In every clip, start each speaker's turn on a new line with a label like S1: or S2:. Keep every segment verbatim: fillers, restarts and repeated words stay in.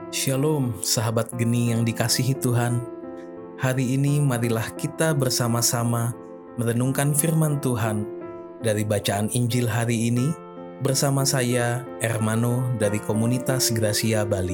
S1: Shalom, sahabat geni yang dikasihi Tuhan. Hari ini marilah kita bersama-sama merenungkan firman Tuhan dari bacaan Injil hari ini bersama saya, Hermano dari komunitas Gracia Bali.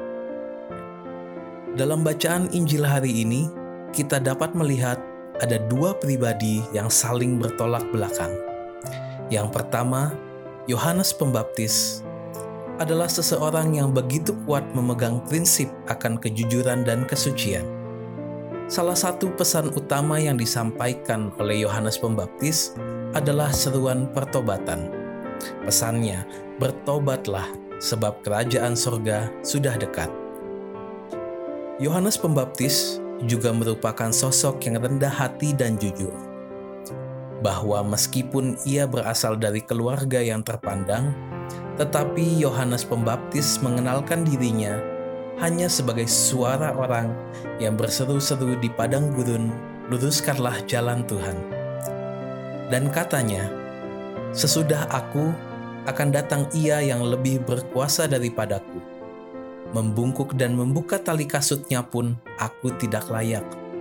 S1: Dalam bacaan Injil hari ini, kita dapat melihat ada dua pribadi yang saling bertolak belakang. Yang pertama, Yohanes Pembaptis adalah seseorang yang begitu kuat memegang prinsip akan kejujuran dan kesucian. Salah satu pesan utama yang disampaikan oleh Yohanes Pembaptis adalah seruan pertobatan. Pesannya, bertobatlah sebab kerajaan sorga sudah dekat. Yohanes Pembaptis juga merupakan sosok yang rendah hati dan jujur. Bahwa meskipun ia berasal dari keluarga yang terpandang, tetapi Yohanes Pembaptis mengenalkan dirinya hanya sebagai suara orang yang berseru-seru di padang gurun, luruskanlah jalan Tuhan. Dan katanya, sesudah aku akan datang ia yang lebih berkuasa daripadaku. Membungkuk dan membuka tali kasutnya pun aku tidak layak.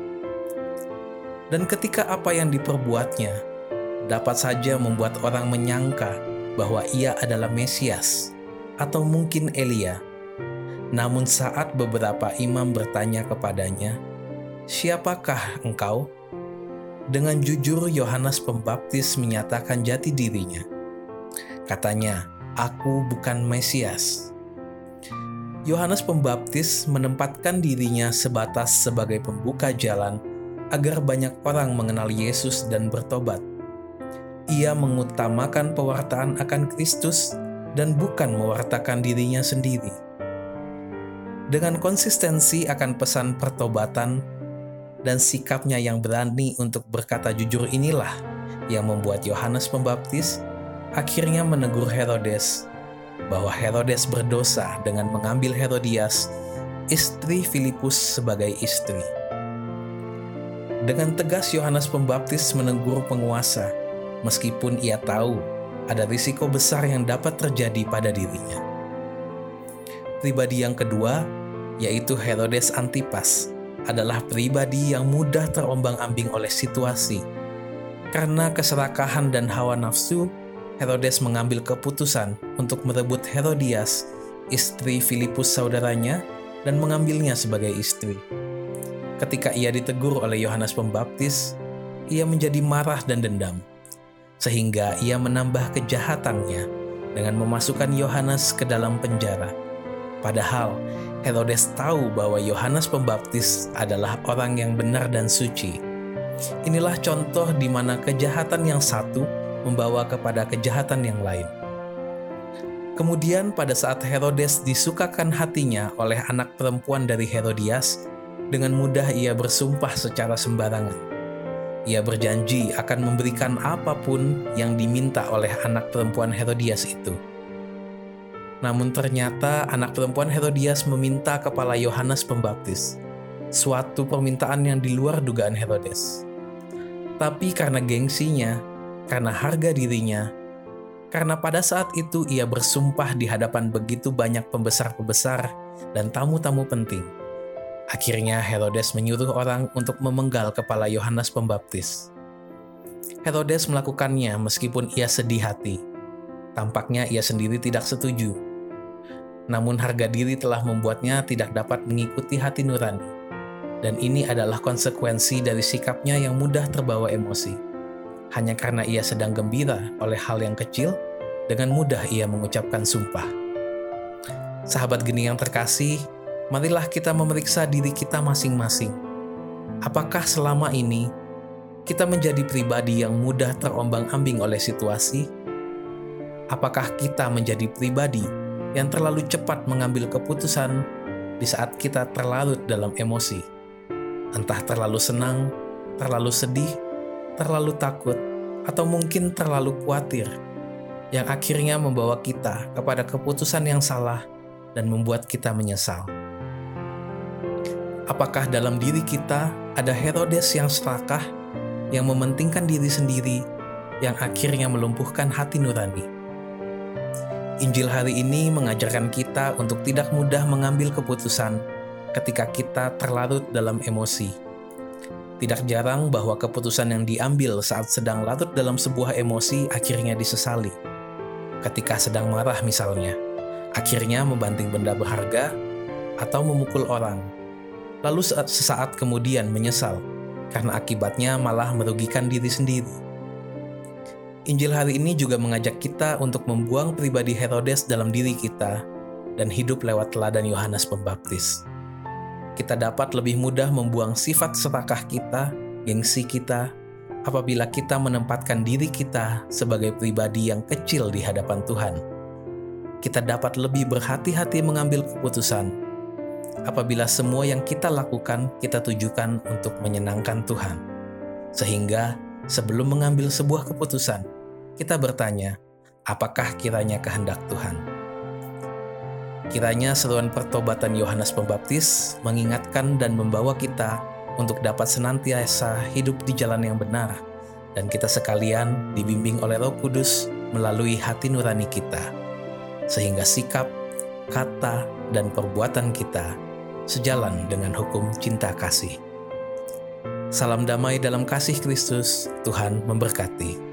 S1: Dan ketika apa yang diperbuatnya dapat saja membuat orang menyangka bahwa ia adalah Mesias atau mungkin Elia. Namun saat beberapa imam bertanya kepadanya, "Siapakah engkau?" Dengan jujur Yohanes Pembaptis menyatakan jati dirinya. Katanya, "Aku bukan Mesias." Yohanes Pembaptis menempatkan dirinya sebatas sebagai pembuka jalan agar banyak orang mengenal Yesus dan bertobat. Ia mengutamakan pewartaan akan Kristus dan bukan mewartakan dirinya sendiri. Dengan konsistensi akan pesan pertobatan dan sikapnya yang berani untuk berkata jujur inilah yang membuat Yohanes Pembaptis akhirnya menegur Herodes bahwa Herodes berdosa dengan mengambil Herodias, istri Filipus, sebagai istri. Dengan tegas Yohanes Pembaptis menegur penguasa, meskipun ia tahu ada risiko besar yang dapat terjadi pada dirinya. Pribadi yang kedua, yaitu Herodes Antipas, adalah pribadi yang mudah terombang-ambing oleh situasi. Karena keserakahan dan hawa nafsu, Herodes mengambil keputusan untuk merebut Herodias, istri Filipus saudaranya, dan mengambilnya sebagai istri. Ketika ia ditegur oleh Yohanes Pembaptis, ia menjadi marah dan dendam, sehingga ia menambah kejahatannya dengan memasukkan Yohanes ke dalam penjara. Padahal Herodes tahu bahwa Yohanes Pembaptis adalah orang yang benar dan suci. Inilah contoh di mana kejahatan yang satu membawa kepada kejahatan yang lain. Kemudian pada saat Herodes disukakan hatinya oleh anak perempuan dari Herodias, dengan mudah ia bersumpah secara sembarangan. Ia berjanji akan memberikan apapun yang diminta oleh anak perempuan Herodias itu. Namun ternyata anak perempuan Herodias meminta kepala Yohanes Pembaptis, suatu permintaan yang di luar dugaan Herodes. Tapi karena gengsinya, karena harga dirinya, karena pada saat itu ia bersumpah di hadapan begitu banyak pembesar-pembesar dan tamu-tamu penting, akhirnya Herodes menyuruh orang untuk memenggal kepala Yohanes Pembaptis. Herodes melakukannya meskipun ia sedih hati. Tampaknya ia sendiri tidak setuju. Namun harga diri telah membuatnya tidak dapat mengikuti hati nurani. Dan ini adalah konsekuensi dari sikapnya yang mudah terbawa emosi. Hanya karena ia sedang gembira oleh hal yang kecil, dengan mudah ia mengucapkan sumpah. Sahabat geni yang terkasih, marilah kita memeriksa diri kita masing-masing. Apakah selama ini kita menjadi pribadi yang mudah terombang-ambing oleh situasi? Apakah kita menjadi pribadi yang terlalu cepat mengambil keputusan di saat kita terlarut dalam emosi? Entah terlalu senang, terlalu sedih, terlalu takut, atau mungkin terlalu khawatir, yang akhirnya membawa kita kepada keputusan yang salah dan membuat kita menyesal. Apakah dalam diri kita ada Herodes yang serakah, yang mementingkan diri sendiri, yang akhirnya melumpuhkan hati nurani? Injil hari ini mengajarkan kita untuk tidak mudah mengambil keputusan ketika kita terlarut dalam emosi. Tidak jarang bahwa keputusan yang diambil saat sedang larut dalam sebuah emosi akhirnya disesali. Ketika sedang marah misalnya, akhirnya membanting benda berharga atau memukul orang. Lalu sesaat kemudian menyesal karena akibatnya malah merugikan diri sendiri. Injil hari ini juga mengajak kita untuk membuang pribadi Herodes dalam diri kita dan hidup lewat teladan Yohanes Pembaptis. Kita dapat lebih mudah membuang sifat serakah kita, gengsi kita, apabila kita menempatkan diri kita sebagai pribadi yang kecil di hadapan Tuhan. Kita dapat lebih berhati-hati mengambil keputusan apabila semua yang kita lakukan kita tujukan untuk menyenangkan Tuhan. Sehingga sebelum mengambil sebuah keputusan, kita bertanya, apakah kiranya kehendak Tuhan? Kiranya seruan pertobatan Yohanes Pembaptis mengingatkan dan membawa kita untuk dapat senantiasa hidup di jalan yang benar, dan kita sekalian dibimbing oleh Roh Kudus melalui hati nurani kita, sehingga sikap, kata, dan perbuatan kita sejalan dengan hukum cinta kasih. Salam damai dalam kasih Kristus, Tuhan memberkati.